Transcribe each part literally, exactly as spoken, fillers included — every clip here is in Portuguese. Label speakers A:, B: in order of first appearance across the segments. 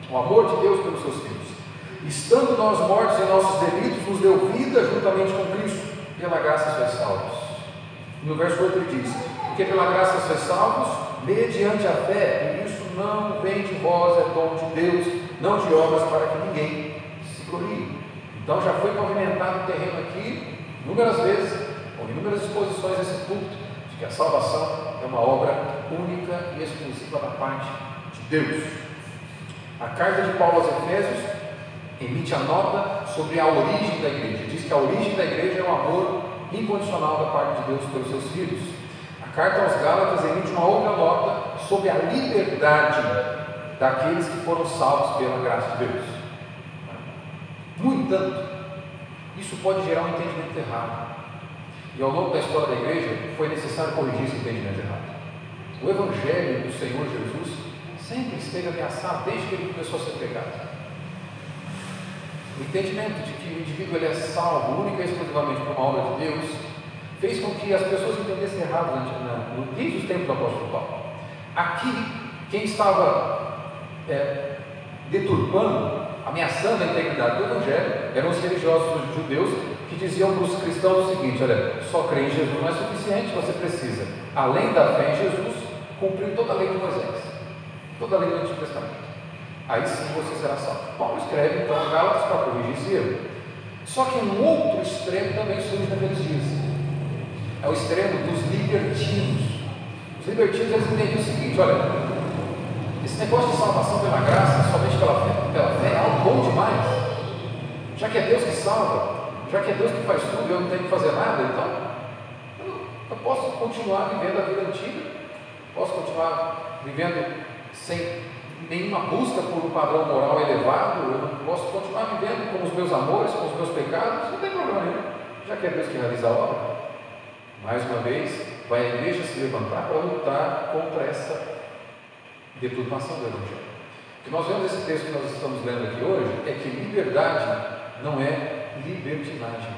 A: O amor de Deus pelos seus filhos. Estando nós mortos em nossos delitos, nos deu vida juntamente com Cristo. Pela graça sois salvos. No verso oito ele diz: porque pela graça sois salvos, mediante a fé, e isso não vem de vós, é dom de Deus, não de obras, para que ninguém se glorie. Então já foi pavimentado o terreno aqui, inúmeras vezes, com inúmeras exposições desse culto, de que a salvação é uma obra única e exclusiva da parte de Deus. A carta de Paulo aos Efésios emite a nota sobre a origem da igreja. Diz que a origem da igreja é o amor incondicional da parte de Deus pelos seus filhos. A carta aos Gálatas emite uma outra nota sobre a liberdade daqueles que foram salvos pela graça de Deus. No entanto, isso pode gerar um entendimento errado. E ao longo da história da igreja foi necessário corrigir esse entendimento errado. O Evangelho do Senhor Jesus sempre esteve ameaçado desde que ele começou a ser pregado. O entendimento de que o indivíduo ele é salvo única e exclusivamente por uma obra de Deus fez com que as pessoas entendessem errado desde os tempos do apóstolo Paulo. Aqui, quem estava é, deturpando, ameaçando a integridade do Evangelho eram os religiosos judeus, que diziam para os cristãos o seguinte: olha, só crer em Jesus não é suficiente, você precisa, além da fé em Jesus, cumprir toda a lei de Moisés, toda a lei do Antigo Testamento. Aí sim você será salvo. Paulo escreve então a Gálatas para corrigir esse erro. Só que um outro extremo também surge naqueles dias. É o extremo dos libertinos. Os libertinos eles entendiam o seguinte: olha, esse negócio de salvação pela graça, somente pela fé, pela fé é algo bom demais. Já que é Deus que salva, já que é Deus que faz tudo e eu não tenho que fazer nada, então eu, eu posso continuar vivendo a vida antiga, posso continuar vivendo sem nenhuma busca por um padrão moral elevado, eu posso continuar vivendo com os meus amores, com os meus pecados, não tem problema nenhum, já que é Deus que realiza a obra. Mais uma vez, vai a igreja se levantar para lutar contra essa deturpação do Evangelho. O que nós vemos nesse texto que nós estamos lendo aqui hoje é que liberdade não é libertinagem.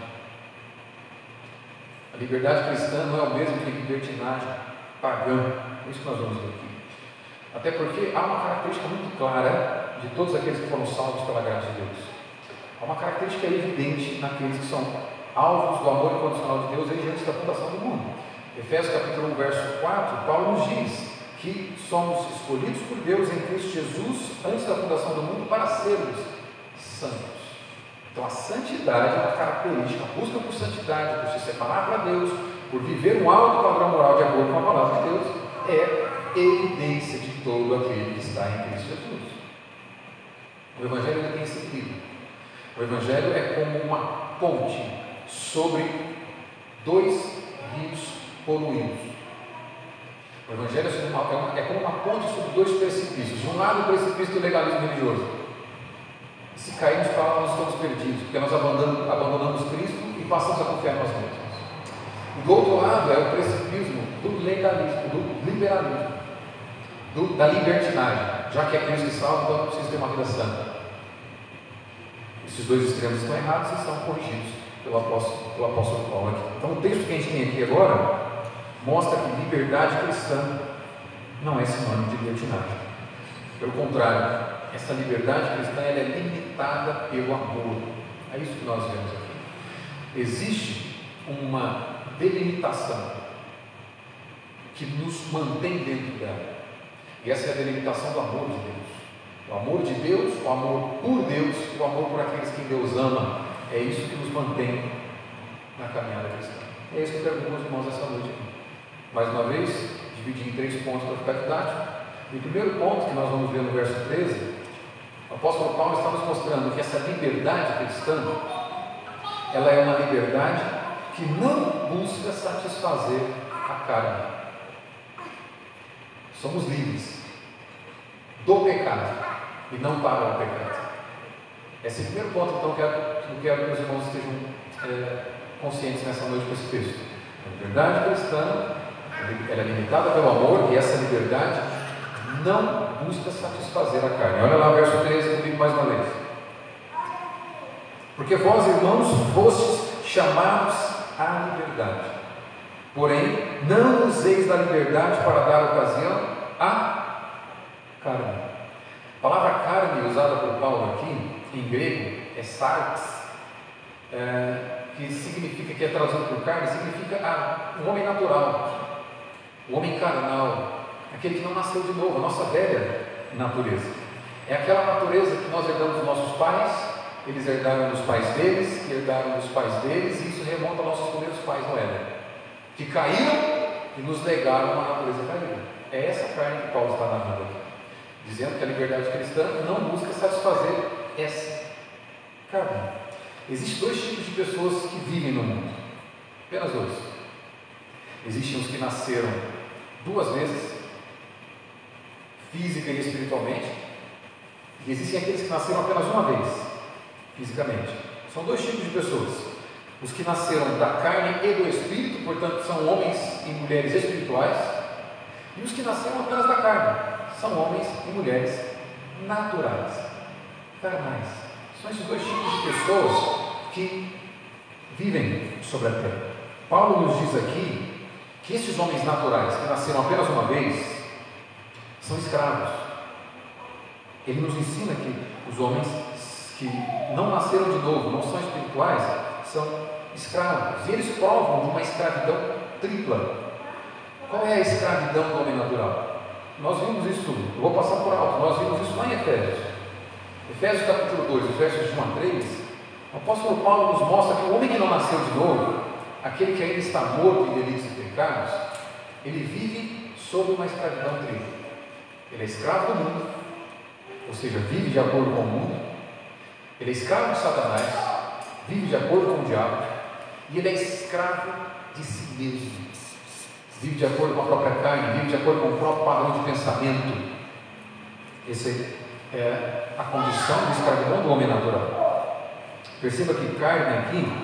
A: A liberdade cristã não é o mesmo que libertinagem pagã. É isso que nós vamos ver aqui. Até porque há uma característica muito clara de todos aqueles que foram salvos pela graça de Deus. Há uma característica evidente naqueles que são alvos do amor incondicional de Deus desde antes da fundação do mundo. Efésios capítulo um, verso quatro, Paulo nos diz que somos escolhidos por Deus em Cristo Jesus antes da fundação do mundo para sermos santos. Então a santidade é uma característica, a busca por santidade, por se separar para Deus, por viver um alto padrão moral de acordo com a palavra de Deus, é evidência de todo aquele que está em Cristo Jesus. O Evangelho tem esse equilíbrio. O Evangelho é como uma ponte sobre dois rios poluídos. O Evangelho é como uma ponte sobre dois precipícios. De um lado, o precipício do legalismo religioso. Se cairmos para lá, nós estamos perdidos, porque nós abandonamos, abandonamos Cristo e passamos a confiar em nós mesmos. E do outro lado é o precipício do legalismo, do liberalismo, do, da libertinagem. Já que é Cristo que salva, então não precisa ter uma vida santa. Esses dois extremos estão errados e são corrigidos pelo apóstolo, pelo apóstolo Paulo aqui. Então o texto que a gente tem aqui agora mostra que liberdade cristã não é sinônimo de libertinagem. Pelo contrário, essa liberdade cristã ela é limitada pelo amor. É isso que nós vemos aqui. Existe uma delimitação que nos mantém dentro dela. E essa é a delimitação do amor de Deus. O amor de Deus, o amor por Deus, o amor por aqueles que Deus ama. É isso que nos mantém na caminhada cristã. É isso que eu quero com os irmãos essa noite aqui. Mais uma vez, dividi em três pontos para ficar didático. E o primeiro ponto que nós vamos ver no verso treze, o apóstolo Paulo está nos mostrando que essa liberdade cristã, ela é uma liberdade que não busca satisfazer a carne. Somos livres do pecado e não para o pecado. Esse é o primeiro ponto, então, que eu quero que os irmãos estejam é, conscientes nessa noite com esse texto. A liberdade cristã, ela é limitada pelo amor, e essa liberdade não busca satisfazer a carne. Olha lá o verso treze comigo mais uma vez. Porque vós, irmãos, fostes chamados à liberdade, porém não useis da liberdade para dar ocasião à carne. A palavra carne usada usada por Paulo aqui, em grego, é sarx, é, que significa, que é traduzido por carne, significa ah, um homem natural, o homem carnal, aquele que não nasceu de novo, a nossa velha natureza. É aquela natureza que nós herdamos dos nossos pais, eles herdaram dos pais deles, que herdaram dos pais deles, e isso remonta aos nossos primeiros pais no Éden, que caíram e nos legaram uma natureza caída. É essa carne que Paulo está narrando aqui, dizendo que a liberdade cristã não busca satisfazer essa carne. Existem dois tipos de pessoas que vivem no mundo, apenas dois. Existem os que nasceram duas vezes, física e espiritualmente, e existem aqueles que nasceram apenas uma vez, fisicamente. São dois tipos de pessoas: os que nasceram da carne e do espírito, portanto são homens e mulheres espirituais, e os que nasceram apenas da carne, são homens e mulheres naturais, carnais. São esses dois tipos de pessoas que vivem sobre a terra. Paulo nos diz aqui que esses homens naturais, que nasceram apenas uma vez, são escravos. Ele nos ensina que os homens que não nasceram de novo, não são espirituais, são escravos, e eles provam de uma escravidão tripla. Qual é a escravidão do homem natural? Nós vimos isso tudo, eu vou passar por alto, nós vimos isso lá em Efésios. Efésios capítulo dois, versos de um a três, o apóstolo Paulo nos mostra que o homem que não nasceu de novo, aquele que ainda está morto em delitos e pecados, ele vive sob uma escravidão tripla. Ele é escravo do mundo, ou seja, vive de acordo com o mundo. Ele é escravo de Satanás, vive de acordo com o diabo, e ele é escravo de si mesmo, vive de acordo com a própria carne, vive de acordo com o próprio padrão de pensamento. Essa é a condição de escravidão do homem natural. Perceba que carne aqui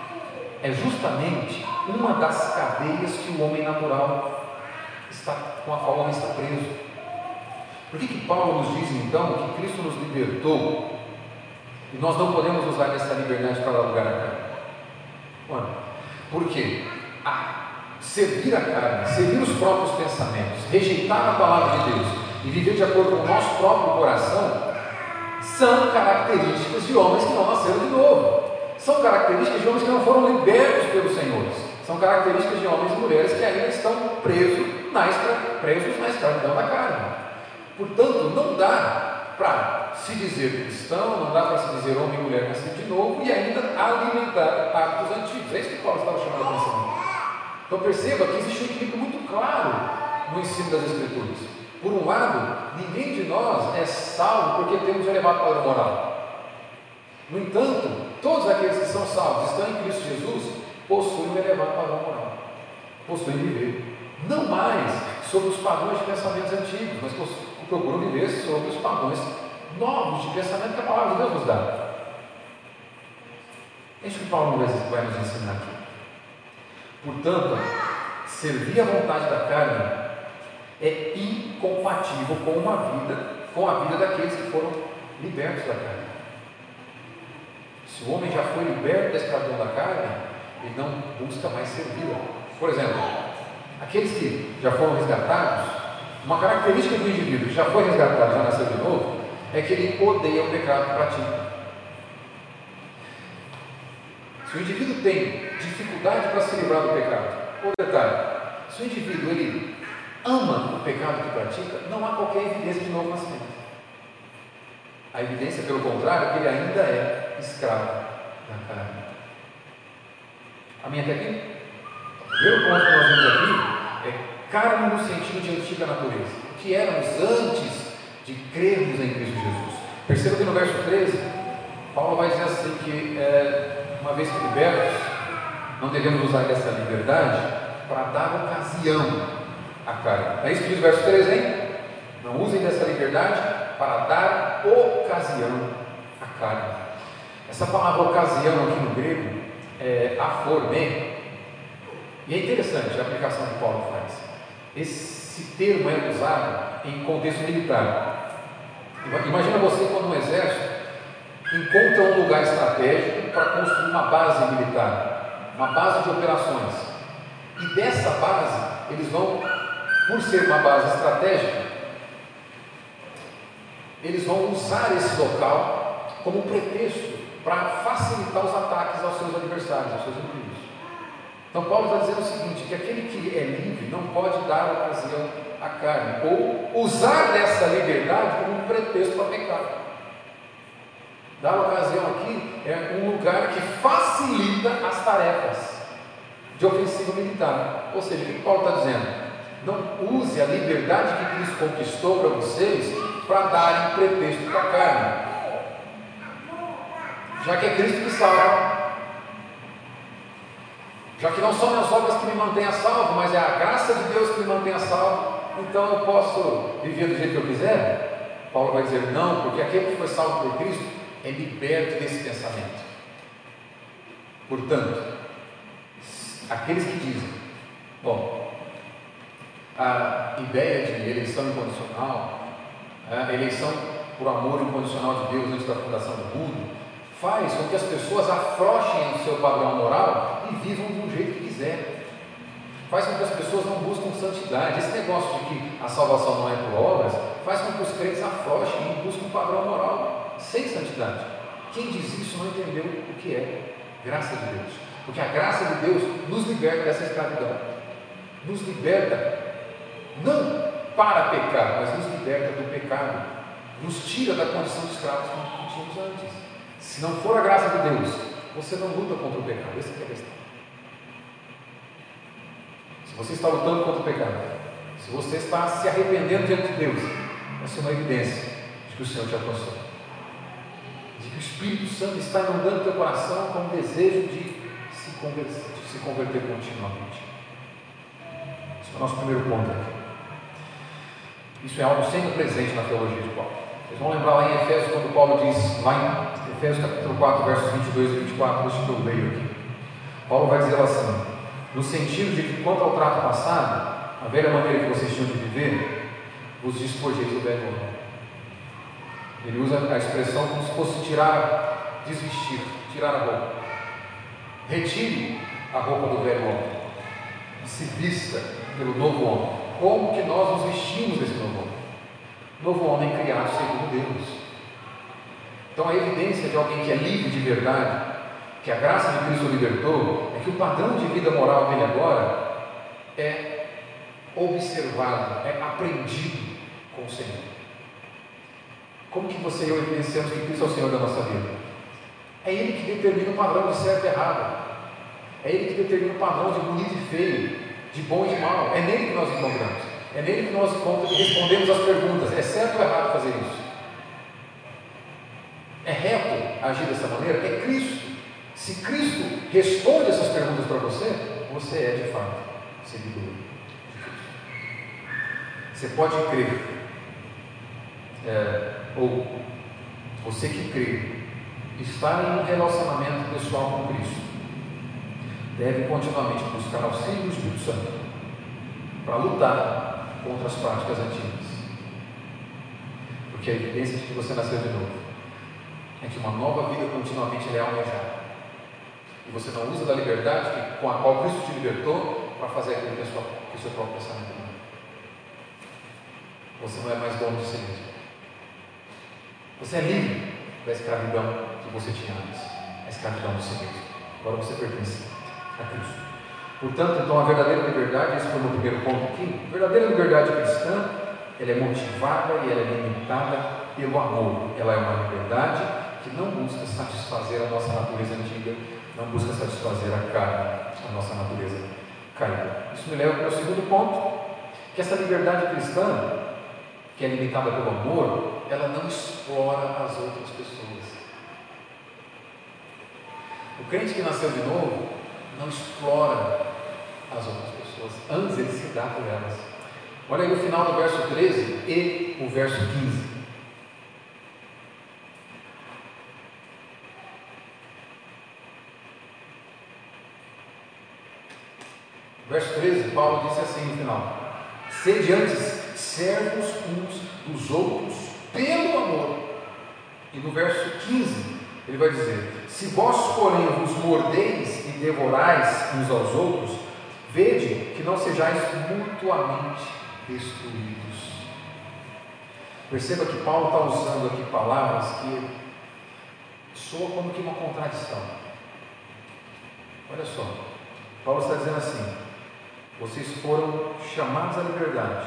A: é justamente uma das cadeias que o homem natural está, com a qual o homem está preso. Por que que Paulo nos diz então que Cristo nos libertou e nós não podemos usar essa liberdade para dar lugar à carne? Bueno, porque a servir a carne, servir os próprios pensamentos, rejeitar a palavra de Deus e viver de acordo com o nosso próprio coração, são características de homens que não nasceram de novo, são características de homens que não foram libertos pelos senhores, são características de homens e mulheres que ainda estão presos na, escra... presos na escravidão da carne. Portanto, não dá para se dizer cristão, não dá para se dizer homem e mulher nascido de novo e ainda alimentar hábitos antigos. É isso que Paulo estava chamando a atenção. Então perceba que existe um equilíbrio muito claro no ensino das Escrituras. Por um lado, ninguém de nós é salvo porque temos um elevado padrão moral. No entanto, todos aqueles que são salvos, estão em Cristo Jesus, possuem um elevado padrão moral, possuem viver não mais sobre os padrões de pensamentos antigos, mas procuram viver sobre os padrões novos de pensamento que a palavra de Deus nos dá. É isso que Paulo vai nos ensinar aqui. Portanto, servir à vontade da carne é incompatível com uma vida, com a vida daqueles que foram libertos da carne. Se o homem já foi liberto da escravidão da carne, ele não busca mais servi-la. Por exemplo, aqueles que já foram resgatados, uma característica do indivíduo que já foi resgatado, já nasceu de novo, é que ele odeia o pecado que pratica. Se o indivíduo tem dificuldade para se livrar do pecado, ou detalhe, se o indivíduo ele ama o pecado que pratica, não há qualquer evidência de novo nascimento. A evidência, pelo contrário, é que ele ainda é escravo da carne. Amém até aqui? O primeiro ponto que nós vemos aqui é carne no sentido de antiga natureza, o que éramos antes de crermos em Cristo Jesus. Perceba que no verso treze, Paulo vai dizer assim que é, uma vez que libertos, não devemos usar dessa liberdade para dar ocasião à carne. É isso que diz o verso treze, hein? Não usem dessa liberdade para dar ocasião à carne. Essa palavra ocasião aqui no grego é aphorme, e é interessante a aplicação que Paulo faz. Esse termo é usado em contexto militar. Imagina você quando um exército encontra um lugar estratégico para construir uma base militar, uma base de operações, e dessa base eles vão, por ser uma base estratégica, eles vão usar esse local como pretexto para facilitar os ataques aos seus adversários, aos seus inimigos. Então Paulo está dizendo o seguinte, que aquele que é livre não pode dar ocasião à carne, ou usar dessa liberdade como um pretexto para pecar. Dar ocasião aqui é um lugar que facilita as tarefas de ofensiva militar. Ou seja, o que Paulo está dizendo? Não use a liberdade que Cristo conquistou para vocês para darem pretexto para a carne, já que é Cristo que salva, já que não são minhas obras que me mantêm a salvo, mas é a graça de Deus que me mantém a salvo, então eu posso viver do jeito que eu quiser? Paulo vai dizer não, porque aquele que foi salvo por Cristo é liberto desse pensamento. Portanto, aqueles que dizem, bom, a ideia de eleição incondicional, a eleição por amor incondicional de Deus antes da fundação do mundo, faz com que as pessoas afrouxem o seu padrão moral e vivam do jeito que quiserem. Faz com que as pessoas não busquem santidade. Esse negócio de que a salvação não é por obras faz com que os crentes afrouxem e busquem um padrão moral sem santidade. Quem diz isso não entendeu o que é graça de Deus, porque a graça de Deus nos liberta dessa escravidão, nos liberta não para pecar, mas nos liberta do pecado, nos tira da condição de escravos que tínhamos antes. Se não for a graça de Deus, você não luta contra o pecado. Essa é a questão. Se você está lutando contra o pecado, se você está se arrependendo diante de Deus, essa é uma evidência de que o Senhor te alcançou, de que o Espírito Santo está inundando o teu coração com o desejo de se converter, de se converter continuamente. Esse é o nosso primeiro ponto aqui. Isso é algo sempre presente na teologia de Paulo. Vocês vão lembrar lá em Efésios, quando Paulo diz, lá em Efésios capítulo quatro, versos vinte e dois e vinte e quatro, deixa que eu leio aqui. Paulo vai dizer assim, no sentido de que quanto ao trato passado, a velha maneira que vocês tinham de viver, vos despojeis do velho homem. Ele usa a expressão como se fosse tirar, desvestir, tirar a roupa. Retire a roupa do velho homem e se vista pelo novo homem. Como que nós nos vestimos desse novo homem? Novo homem criado segundo Deus. Então a evidência de alguém que é livre de verdade, que a graça de Cristo o libertou, é que o padrão de vida moral dele agora é observado, é aprendido com o Senhor. Como que você e eu evidenciamos que Cristo é o Senhor da nossa vida? É Ele que determina o padrão de certo e errado, é Ele que determina o padrão de bonito e feio, de bom e de mal. É nele que nós encontramos, é nele que nós respondemos as perguntas, é certo ou errado fazer isso? É reto agir dessa maneira? É Cristo. Se Cristo responde essas perguntas para você, você é de fato seguidor de Cristo. Você pode crer, é, ou você que crê, está em um relacionamento pessoal com Cristo, deve continuamente buscar auxílio do Espírito Santo para lutar contra as práticas antigas, porque a evidência de que você nasceu de novo é que uma nova vida continuamente é almejada, e você não usa da liberdade com a qual Cristo te libertou para fazer aquilo que é, sua, que é seu próprio pensamento. Você não é mais dono de si mesmo, você é livre da escravidão que você tinha antes, a escravidão de si mesmo. Agora você pertence a Cristo. Portanto, então a verdadeira liberdade, esse foi o meu primeiro ponto aqui, a verdadeira liberdade cristã, ela é motivada e ela é limitada pelo amor. Ela é uma liberdade que não busca satisfazer a nossa natureza antiga, não busca satisfazer a carne, a nossa natureza caída. Isso me leva para o segundo ponto, que essa liberdade cristã, que é limitada pelo amor, ela não explora as outras pessoas. O crente que nasceu de novo não explora as outras pessoas, antes ele se dá por elas. Olha aí o final do verso treze e o verso quinze. Verso treze, Paulo disse assim no final: sede antes servos uns dos outros pelo amor. E no verso quinze ele vai dizer: se vós, porém, vos mordeis e devorais uns aos outros, vede que não sejais mutuamente destruídos. Perceba que Paulo está usando aqui palavras que soam como que uma contradição. Olha só, Paulo está dizendo assim: vocês foram chamados à liberdade,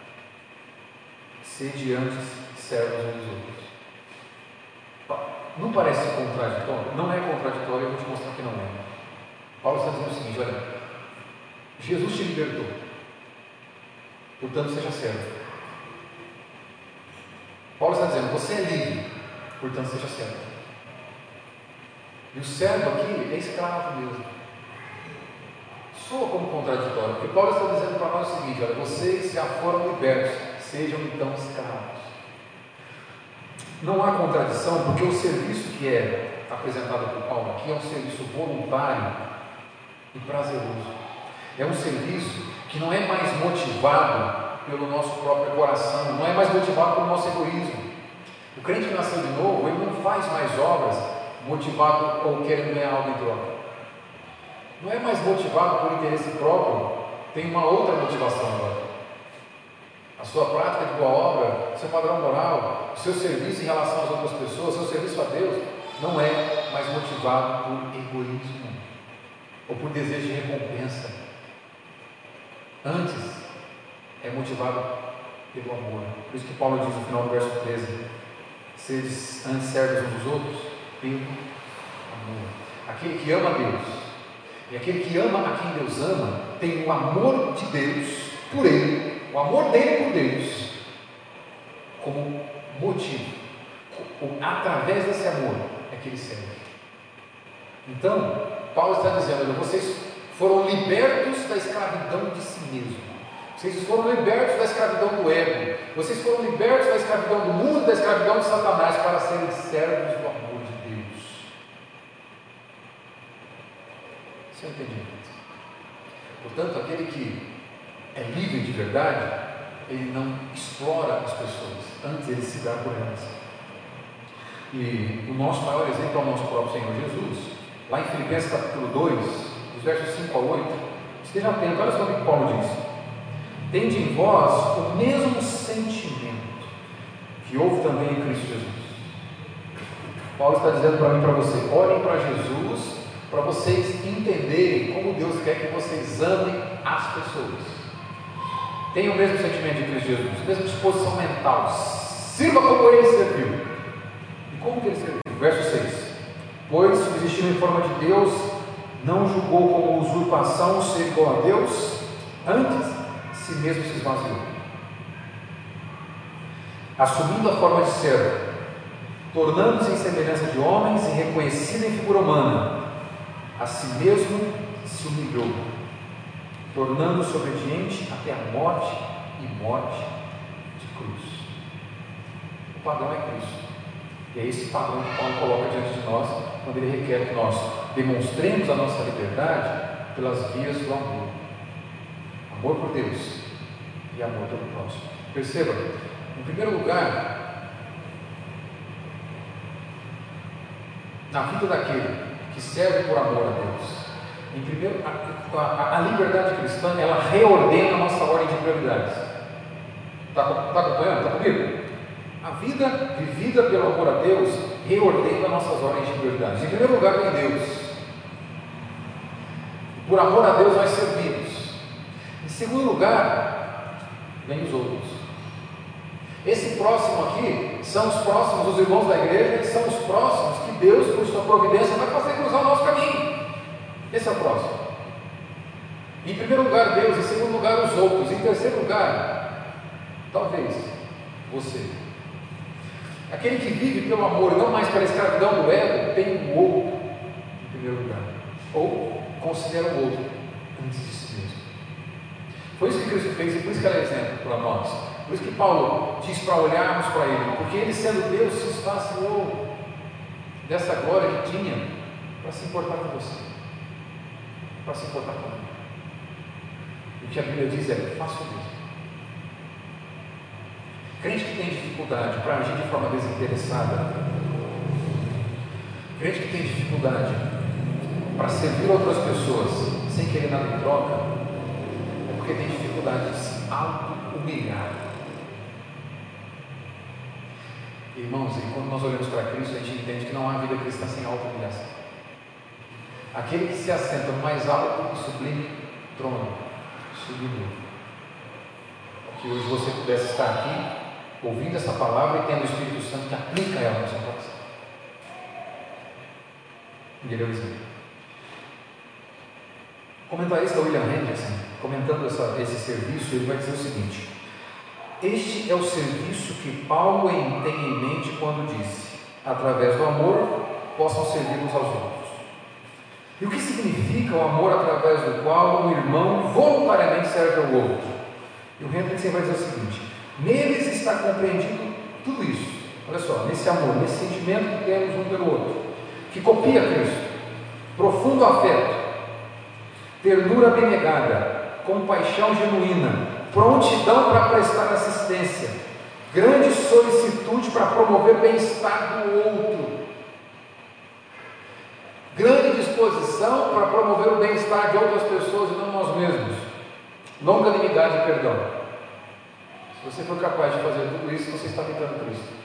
A: sede antes servos uns dos outros. Não parece contraditório? Não é contraditório, eu vou te mostrar que não é. Paulo está dizendo o seguinte: olha, Jesus te libertou, portanto seja servo. Paulo está dizendo: você é livre, portanto seja servo. E o servo aqui é escravo mesmo. Soa como contraditório, porque Paulo está dizendo para nós o seguinte: olha, vocês já foram libertos, sejam então escravos. Não há contradição, porque o serviço que é apresentado por Paulo aqui é um serviço voluntário e prazeroso. É um serviço que não é mais motivado pelo nosso próprio coração, não é mais motivado pelo nosso egoísmo. O crente que nasceu de novo, ele não faz mais obras motivado ou querendo ganhar algo em troca. Não é mais motivado por interesse próprio, tem uma outra motivação agora. A sua prática de boa obra, seu padrão moral, o seu serviço em relação às outras pessoas, o seu serviço a Deus, não é mais motivado por egoísmo ou por desejo de recompensa. Antes, é motivado pelo amor. Por isso que Paulo diz no final do verso treze: seres antes servos uns dos outros pelo amor. Aquele que ama Deus e aquele que ama a quem Deus ama tem o amor de Deus por ele, o amor dele por Deus como motivo. Através desse amor é que ele serve. Então Paulo está dizendo: vocês foram libertos da escravidão de si mesmo. Vocês foram libertos da escravidão do ego. Vocês foram libertos da escravidão do mundo, da escravidão de Satanás, para serem servos do amor de Deus. Isso é entendimento. Portanto, aquele que é livre de verdade, ele não explora as pessoas, antes ele se dá por elas. E o nosso maior exemplo é o nosso próprio Senhor Jesus. Lá em Filipenses capítulo dois, dos versos cinco a oito, esteja atento, olha só o que Paulo diz: tende em vós o mesmo sentimento que houve também em Cristo Jesus. Paulo está dizendo para mim e para você: olhem para Jesus, para vocês entenderem como Deus quer que vocês amem as pessoas. Tenham o mesmo sentimento de Cristo Jesus, a mesma disposição mental, sirva como ele serviu. E como que ele serviu? Verso seis: pois, existindo em forma de Deus, não julgou como usurpação ser igual a Deus, antes si mesmo se esvaziou, assumindo a forma de servo, tornando-se em semelhança de homens e reconhecido em figura humana, a si mesmo se humilhou, tornando-se obediente até a morte e morte de cruz. O padrão é Cristo, e é esse padrão que Paulo coloca diante de nós quando ele requer que nós demonstremos a nossa liberdade pelas vias do amor. Amor por Deus e amor pelo próximo. Perceba, em primeiro lugar, na vida daquele que serve por amor a Deus, em primeiro, a, a, a liberdade cristã, ela reordena a nossa ordem de prioridades. Está tá acompanhando? Está comigo? A vida vivida pelo amor a Deus reordena nossas ordens de prioridades. Em primeiro lugar, vem Deus. Por amor a Deus nós servimos. Em segundo lugar, vem os outros. Esse próximo aqui são os próximos, os irmãos da igreja, são os próximos que Deus, por sua providência, vai fazer cruzar o nosso caminho. Esse é o próximo. Em primeiro lugar, Deus. Em segundo lugar, os outros. Em terceiro lugar, talvez você. Aquele que vive pelo amor, não mais pela escravidão do ego, tem o outro em primeiro lugar. Ou considera o outro antes de si mesmo. Foi isso que Cristo fez e por isso que era exemplo para nós. Por isso que Paulo diz para olharmos para Ele, porque Ele, sendo Deus, se esvaziou dessa glória que tinha para se importar com você, para se importar com Ele. E o que a Bíblia diz é: faça o mesmo. Crente que tem dificuldade para agir de forma desinteressada, crente que tem dificuldade para servir outras pessoas sem querer nada em troca, é porque tem dificuldade de se auto-humilhar. Irmãos, e quando nós olhamos para Cristo, a gente entende que não há vida cristã sem auto-humilhação. Aquele que se assenta no mais alto e sublime trono, subindo. Que hoje você pudesse estar aqui, ouvindo essa palavra e tendo o Espírito Santo que aplica ela no seu coração. Beleza. O comentarista William Hendrickson, comentando essa, esse serviço, ele vai dizer o seguinte: este é o serviço que Paulo tem em mente quando disse: através do amor possam servir uns aos outros. E o que significa o amor através do qual um irmão voluntariamente serve ao outro? E o Hendrickson vai dizer o seguinte: neles está compreendido tudo isso. Olha só, nesse amor, nesse sentimento que temos um pelo outro, que copia Cristo, profundo afeto, ternura abnegada, compaixão genuína, prontidão para prestar assistência, grande solicitude para promover bem-estar do outro, grande disposição para promover o bem-estar de outras pessoas e não nós mesmos, longanimidade e perdão. Se você for capaz de fazer tudo isso, você está imitando Cristo.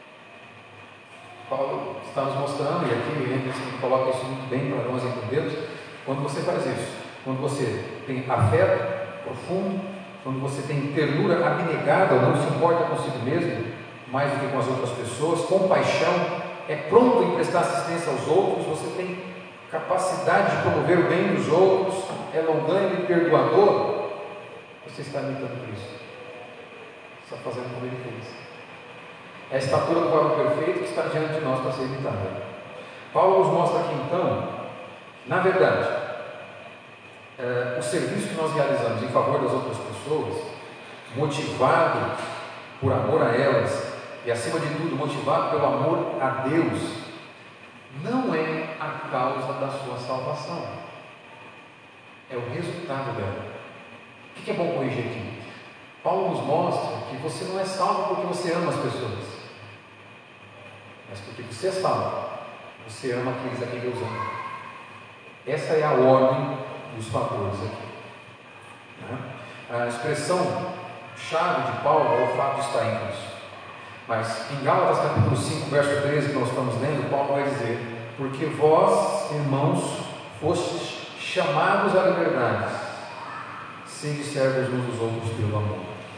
A: Paulo está nos mostrando, e aqui o Henrique coloca isso muito bem para nós entendermos, quando você faz isso, quando você tem afeto profundo, quando você tem ternura abnegada, ou não se importa consigo mesmo, mais do que com as outras pessoas, compaixão, é pronto em prestar assistência aos outros, você tem capacidade de promover o bem dos outros, é longânimo e perdoador, você está imitando Cristo, está fazendo como Ele fez. É a estatura do varão perfeito que está diante de nós para ser imitada. Paulo nos mostra aqui então, na verdade, é, o serviço que nós realizamos em favor das outras pessoas, motivado por amor a elas, e acima de tudo, motivado pelo amor a Deus, não é a causa da sua salvação, é o resultado dela. O que é bom corrigir aqui? Paulo nos mostra que você não é salvo porque você ama as pessoas, mas porque você é salvo, você ama aqueles a quem Deus ama. Essa é a ordem dos fatores aqui, né? A expressão chave de Paulo é o fato de estar em Cristo. Mas em Gálatas capítulo cinco, verso treze, que nós estamos lendo, Paulo vai dizer: porque vós, irmãos, fostes chamados à liberdade, sede servos uns dos outros pelo amor.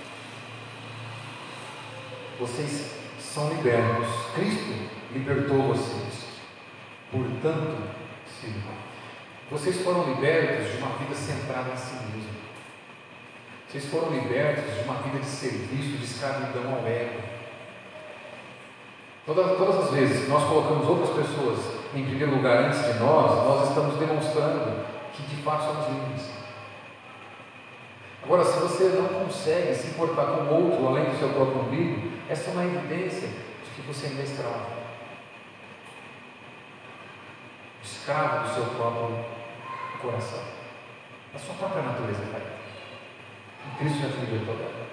A: Vocês são libertos, Cristo libertou vocês, portanto, sirvam. Vocês foram libertos de uma vida centrada em si mesmo. Vocês foram libertos de uma vida de serviço, de escravidão ao ego. Todas, todas as vezes que nós colocamos outras pessoas em primeiro lugar antes de nós, nós estamos demonstrando que de fato somos livres. Agora, se você não consegue se importar com o outro além do seu próprio umbigo, essa é uma evidência de que você ainda é escravo. Escravo do seu próprio coração, da sua própria natureza caída. E Cristo já te libertou dela.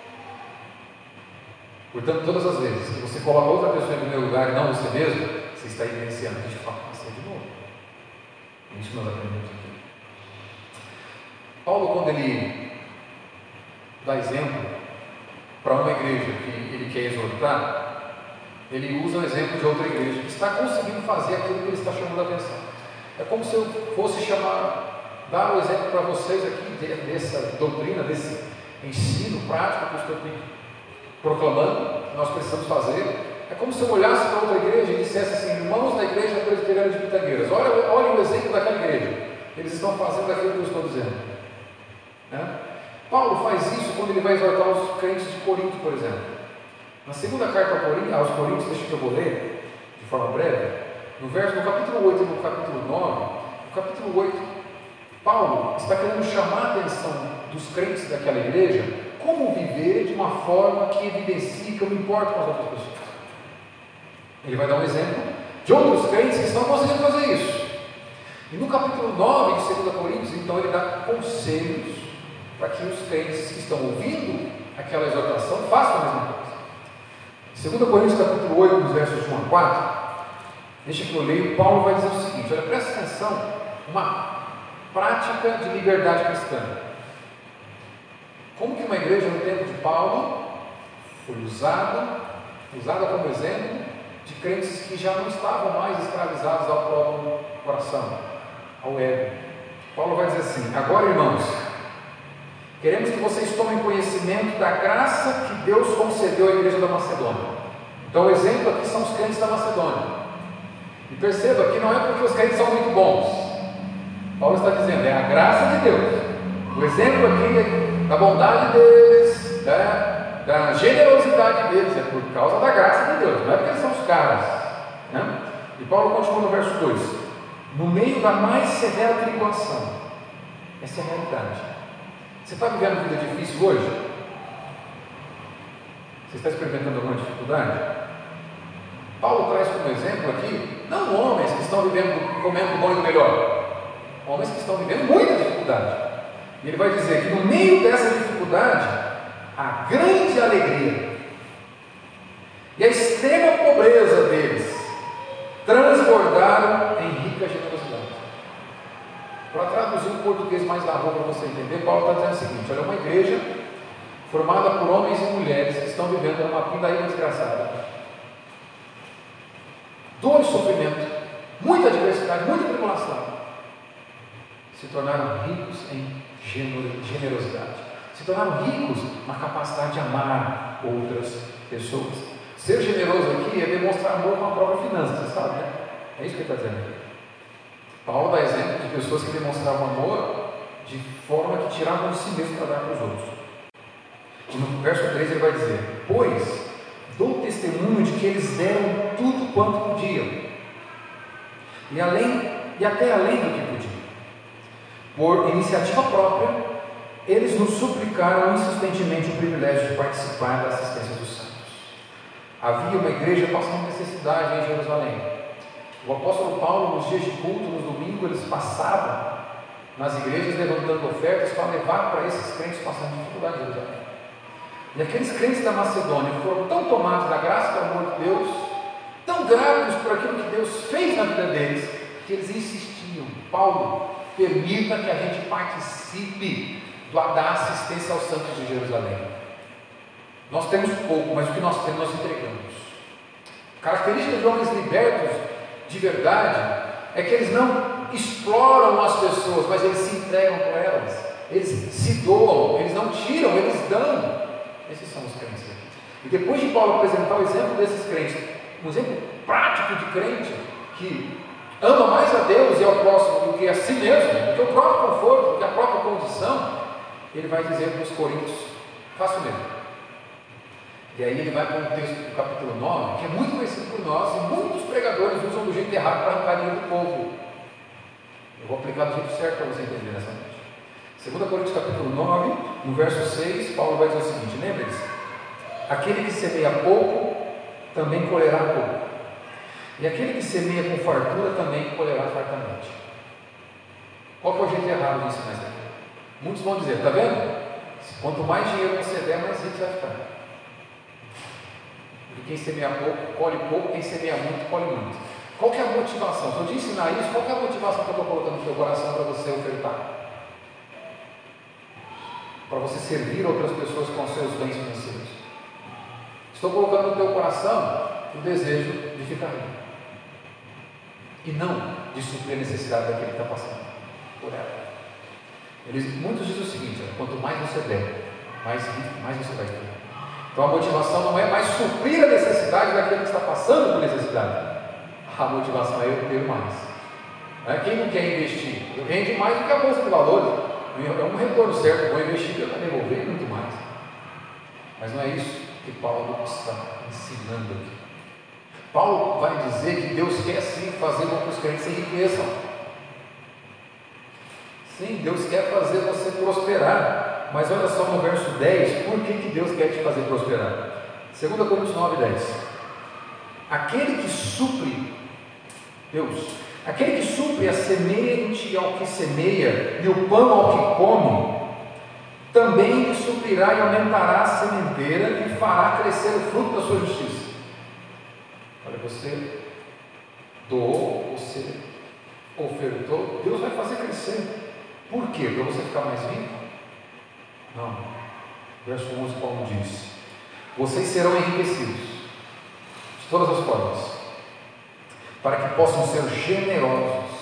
A: Portanto, todas as vezes que você coloca outra pessoa em primeiro lugar e não você mesmo, você está evidenciando que de fato nasceu de novo. É isso que nós aprendemos aqui. Paulo, quando ele dá exemplo para uma igreja que ele quer exortar, ele usa o exemplo de outra igreja que está conseguindo fazer aquilo que ele está chamando a atenção. É como se eu fosse chamar, dar o exemplo para vocês aqui dessa doutrina, desse ensino prático que eu estou aqui proclamando, que nós precisamos fazer. É como se eu olhasse para outra igreja e dissesse assim: irmãos da igreja presbiteriana de Pitangueiras, olha, olha o exemplo daquela igreja, eles estão fazendo aquilo que eu estou dizendo, né? Paulo faz isso quando ele vai exortar os crentes de Corinto, por exemplo. Na segunda carta aos Coríntios, deixa que eu vou ler de forma breve, no verso, no capítulo oito e no capítulo nove, no capítulo oito, Paulo está querendo chamar a atenção dos crentes daquela igreja como viver de uma forma que evidencie que eu me importo com as outras pessoas. Ele vai dar um exemplo de outros crentes que estão conseguindo fazer isso. E no capítulo nove de segunda Coríntios, então, ele dá conselhos para que os crentes que estão ouvindo aquela exortação façam a mesma coisa. segunda Coríntios capítulo oito, nos versos de um a quatro, deixa que eu leio, Paulo vai dizer o seguinte: olha, presta atenção, uma prática de liberdade cristã. Como que uma igreja no tempo de Paulo foi usada usada como exemplo de crentes que já não estavam mais escravizados ao próprio coração, ao ego. Paulo vai dizer assim: agora, irmãos, queremos que vocês tomem conhecimento da graça que Deus concedeu à igreja da Macedônia. Então, o exemplo aqui são os crentes da Macedônia. E perceba que não é porque os crentes são muito bons. Paulo está dizendo, é a graça de Deus. O exemplo aqui é da bondade deles, da, da generosidade deles, é por causa da graça de Deus, não é porque eles são os caras, né? E Paulo continua no verso dois: no meio da mais severa tribulação. Essa é a realidade. Você está vivendo vida difícil hoje? Você está experimentando alguma dificuldade? Paulo traz como exemplo aqui, não homens que estão vivendo, comendo bom e do melhor, homens que estão vivendo muita dificuldade. E ele vai dizer que no meio dessa dificuldade, a grande alegria e a extrema pobreza deles transbordaram em rica generosidade. Para traduzir o português mais da rua para você entender, Paulo está dizendo o seguinte: olha, uma igreja formada por homens e mulheres que estão vivendo uma pindaíba desgraçada, dor e sofrimento, muita adversidade, muita tribulação, se tornaram ricos em generosidade, se tornaram ricos na capacidade de amar outras pessoas. Ser generoso aqui é demonstrar amor com a própria finança, você sabe, né? É isso que ele está dizendo aqui. Paulo dá exemplo de pessoas que demonstravam amor de forma que tiravam de si mesmo para dar para os outros. E no verso três ele vai dizer: pois dou testemunho de que eles deram tudo quanto podiam, e, além, e até além do que podiam. Por iniciativa própria, eles nos suplicaram insistentemente o privilégio de participar da assistência dos santos. Havia uma igreja passando necessidade em Jerusalém. O apóstolo Paulo, nos dias de culto, nos domingos, eles passavam nas igrejas levantando ofertas para levar para esses crentes passando dificuldade em Jerusalém. E aqueles crentes da Macedônia foram tão tomados da graça e do amor de Deus, tão gratos por aquilo que Deus fez na vida deles, que eles insistiam: Paulo, permita que a gente participe da assistência aos santos de Jerusalém. Nós temos pouco, mas o que nós temos nós entregamos. Característica de homens libertos de verdade é que eles não exploram as pessoas, mas eles se entregam por elas, eles se doam, eles não tiram, eles dão. Esses são os crentes aqui. E depois de Paulo apresentar o exemplo desses crentes, um exemplo prático de crente que ama mais a Deus e ao próximo do que a si mesmo, do que o próprio conforto, do que a própria condição, ele vai dizer para os coríntios: faça o mesmo. E aí ele vai para um texto do capítulo nove, que é muito conhecido por nós, e muitos pregadores usam do jeito errado para arrancar dinheiro do povo. Eu vou aplicar do jeito certo para você entender nessa noite. dois Coríntios capítulo nove, no verso seis, Paulo vai dizer o seguinte: lembre-se, aquele que semeia pouco, também colherá pouco, e aquele que semeia com fartura, também colherá fartamente. Qual que é o jeito errado disso, mais aqui? Muitos vão dizer: está vendo? Quanto mais dinheiro você der, mais rico você vai ficar. Porque quem semeia pouco, colhe pouco, quem semeia muito, colhe muito. Qual que é a motivação? Se eu te ensinar isso, qual que é a motivação que eu estou colocando no seu coração para você ofertar? Para você servir outras pessoas com os seus bens financeiros. Estou colocando no teu coração o desejo de ficar rico, e não de suprir a necessidade daquele que está passando por ela. Eles, muitos dizem o seguinte: quanto mais você der, mais rico, mais você vai ter. Então a motivação não é mais suprir a necessidade daquele que está passando por necessidade. A motivação é eu ter mais. É, quem não quer investir? Rende mais do que a bolsa de valores. É um retorno certo, vou investir para devolver muito mais. Mas não é isso que Paulo está ensinando aqui. Paulo vai dizer que Deus quer sim fazer com que os crentes se enriqueçam. Sim, Deus quer fazer você prosperar. Mas olha só no verso dez, por que, que Deus quer te fazer prosperar? dois Coríntios nove, dez. Aquele que supre, Deus, aquele que supre a semente ao que semeia e o pão ao que come, também lhe suprirá e aumentará a sementeira e fará crescer o fruto da sua justiça. Olha, você doou, você ofertou, Deus vai fazer crescer. Por quê? Para você ficar mais rico? Não. Verso onze, Paulo diz: vocês serão enriquecidos todas as formas, para que possam ser generosos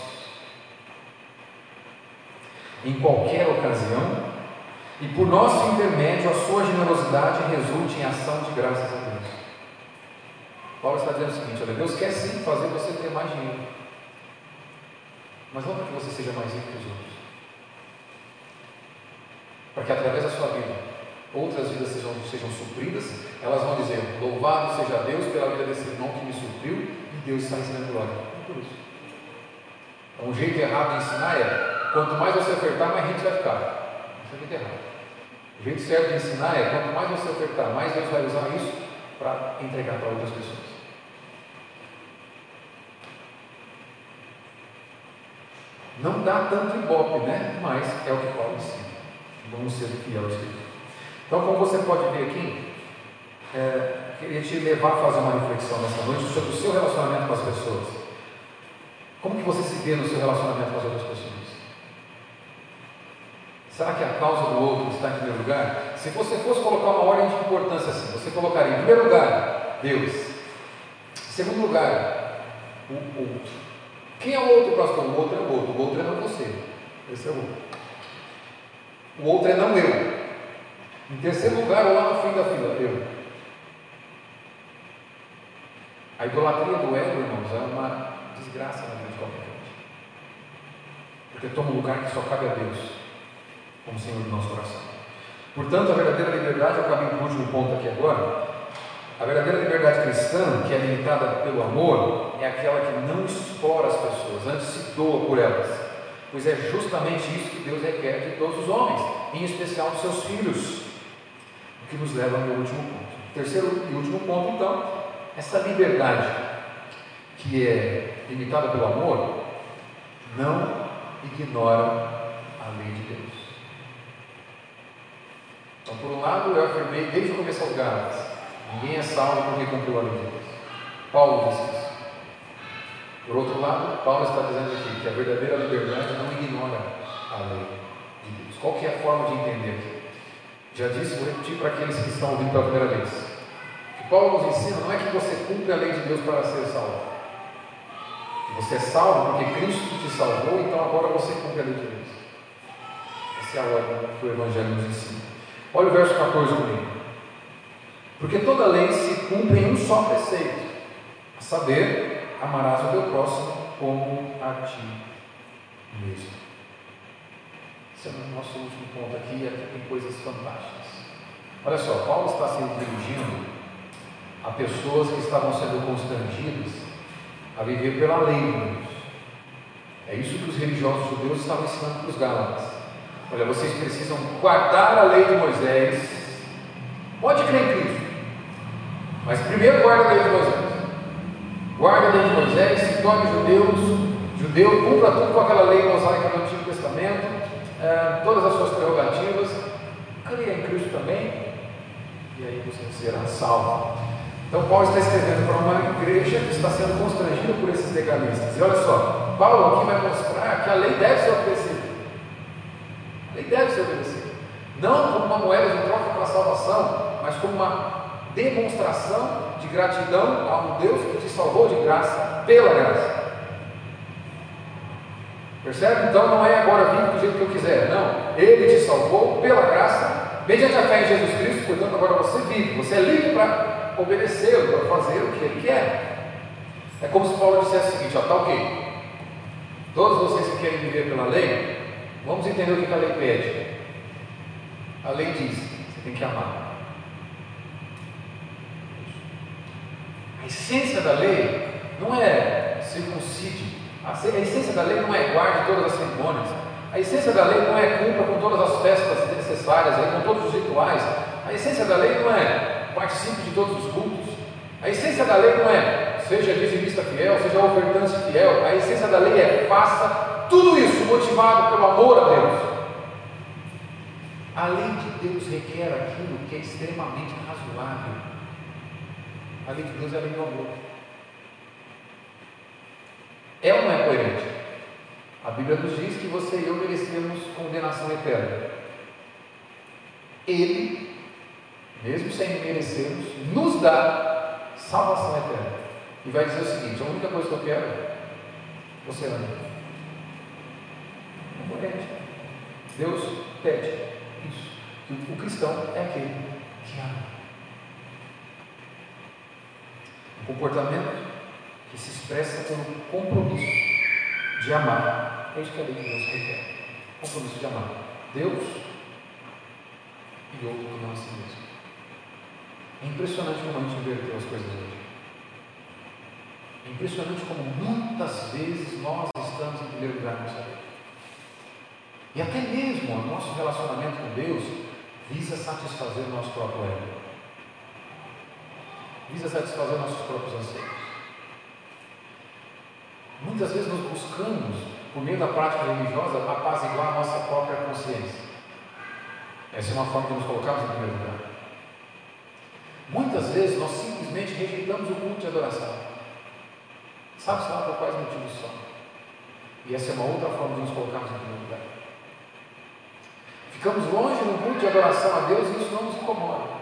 A: em qualquer ocasião, e por nosso intermédio a sua generosidade resulte em ação de graças a Deus. Paulo está dizendo o seguinte: olha, Deus quer sim fazer você ter mais dinheiro, mas não para que você seja mais rico que os outros, para que através da sua vida outras vidas sejam, sejam supridas. Elas vão dizer: louvado seja Deus pela vida desse irmão que me supriu, e Deus está ensinando glória. É por isso. Então, um jeito errado de ensinar é: quanto mais você ofertar, mais rico você vai ficar. Isso é muito errado. O jeito certo de ensinar é: quanto mais você ofertar, mais Deus vai usar isso para entregar para outras pessoas. Não dá tanto ibope, né? Mas é o que Paulo ensina. Vamos ser fiel ao Espírito. Então, como você pode ver aqui, é, queria te levar a fazer uma reflexão nessa noite sobre o seu relacionamento com as pessoas. Como que você se vê no seu relacionamento com as outras pessoas? Será que a causa do outro está em primeiro lugar? Se você fosse colocar uma ordem de importância assim, você colocaria em primeiro lugar Deus, em segundo lugar o outro. Quem é o outro, pastor? O outro é o outro. O outro é não você. Esse é o outro. O outro é não eu. Em terceiro lugar, ou lá no fim da fila, eu. A idolatria do ego, irmãos, é uma desgraça na vida de qualquer gente, porque toma um lugar que só cabe a Deus como Senhor do nosso coração. Portanto, a verdadeira liberdade, eu acabei no último ponto aqui agora, a verdadeira liberdade cristã, que é limitada pelo amor, é aquela que não explora as pessoas, antes se doa por elas, pois é justamente isso que Deus requer de todos os homens, em especial dos seus filhos, o que nos leva ao meu último ponto. Terceiro e último ponto, então, essa liberdade que é limitada pelo amor, não ignora a lei de Deus. Então, por um lado, eu afirmei desde o começo aos Gálatas: ninguém é salvo porque cumpriu a lei de Deus. Paulo disse isso. Por outro lado, Paulo está dizendo aqui que a verdadeira liberdade não ignora a lei de Deus. Qual que é a forma de entender aqui? Já disse, vou repetir para aqueles que estão ouvindo pela primeira vez. O que Paulo nos ensina não é que você cumpre a lei de Deus para ser salvo. Você é salvo porque Cristo te salvou, então agora você cumpre a lei de Deus. Essa é a ordem que o Evangelho nos ensina. Olha o verso quatorze comigo. Porque toda lei se cumpre em um só preceito, a saber, amarás o teu próximo como a ti mesmo. Esse é o nosso último ponto aqui, aqui tem coisas fantásticas. Olha só, Paulo está se dirigindo a pessoas que estavam sendo constrangidas a viver pela lei de Deus. É isso que os religiosos judeus estavam ensinando para os Gálatas. Olha, vocês precisam guardar a lei de Moisés. Pode crer em Cristo, mas primeiro guarda a lei de Moisés. Guarda a lei de Moisés, se torne judeus, judeu, cumpra tudo com aquela lei mosaica do Antigo Testamento, é, todas as suas prerrogativas, creia em Cristo também, e aí você será salvo. Então Paulo está escrevendo para uma igreja que está sendo constrangida por esses legalistas. E olha só, Paulo aqui vai mostrar que a lei deve ser obedecida. A lei deve ser obedecida. Não como uma moeda de troca para a salvação, mas como uma demonstração de gratidão a um Deus que te salvou de graça, pela graça. Percebe? Então não é agora vir do jeito que eu quiser. Não. Ele te salvou pela graça, mediante a fé em Jesus Cristo, portanto agora você vive. Você é livre para obedecê-lo, para fazer o que ele quer. É como se Paulo dissesse o seguinte: ó, tá ok, todos vocês que querem viver pela lei, vamos entender o que a lei pede. A lei diz: você tem que amar. A essência da lei não é circuncide, a essência da lei não é guarde todas as cerimônias, a essência da lei não é cumpra com todas as festas necessárias, com todos os rituais, a essência da lei não é participe de todos os cultos, a essência da lei não é seja dizimista fiel, seja ofertante fiel, a essência da lei é faça tudo isso motivado pelo amor a Deus. A lei de Deus requer aquilo que é extremamente razoável. A lei de Deus é a lei do amor. É ou não é coerente? A Bíblia nos diz que você e eu merecemos condenação eterna. Ele, mesmo sem merecermos, nos dá salvação eterna. e vai dizer o seguinte: a única coisa que eu quero é você ame. É coerente. Deus pede isso. O cristão é aquele que ama. Um comportamento que se expressa pelo compromisso de amar. É isso que a lei de Deus requer. Compromisso de amar Deus e outro que não a si mesmo. É impressionante como a gente inverteu as coisas hoje. É impressionante como muitas vezes nós estamos em primeiro lugar na nossa vida. E até mesmo o nosso relacionamento com Deus visa satisfazer o nosso próprio ego. Visa satisfazer nossos próprios anseios. Muitas vezes nós buscamos, por meio da prática religiosa, apaziguar a nossa própria consciência. Essa é uma forma de nos colocarmos em primeiro lugar. Muitas vezes nós simplesmente rejeitamos o culto de adoração. Sabe-se lá por quais motivos são. E essa é uma outra forma de nos colocarmos em primeiro lugar. Ficamos longe no culto de adoração a Deus e isso não nos incomoda.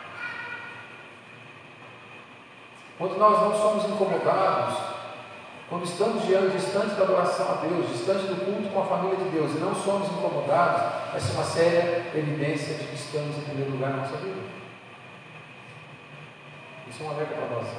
A: Quando nós não somos incomodados, quando estamos distantes da adoração a Deus, distante do culto com a família de Deus e não somos incomodados, vai ser uma séria evidência de que estamos em primeiro lugar na nossa vida. Isso é um alerta para nós.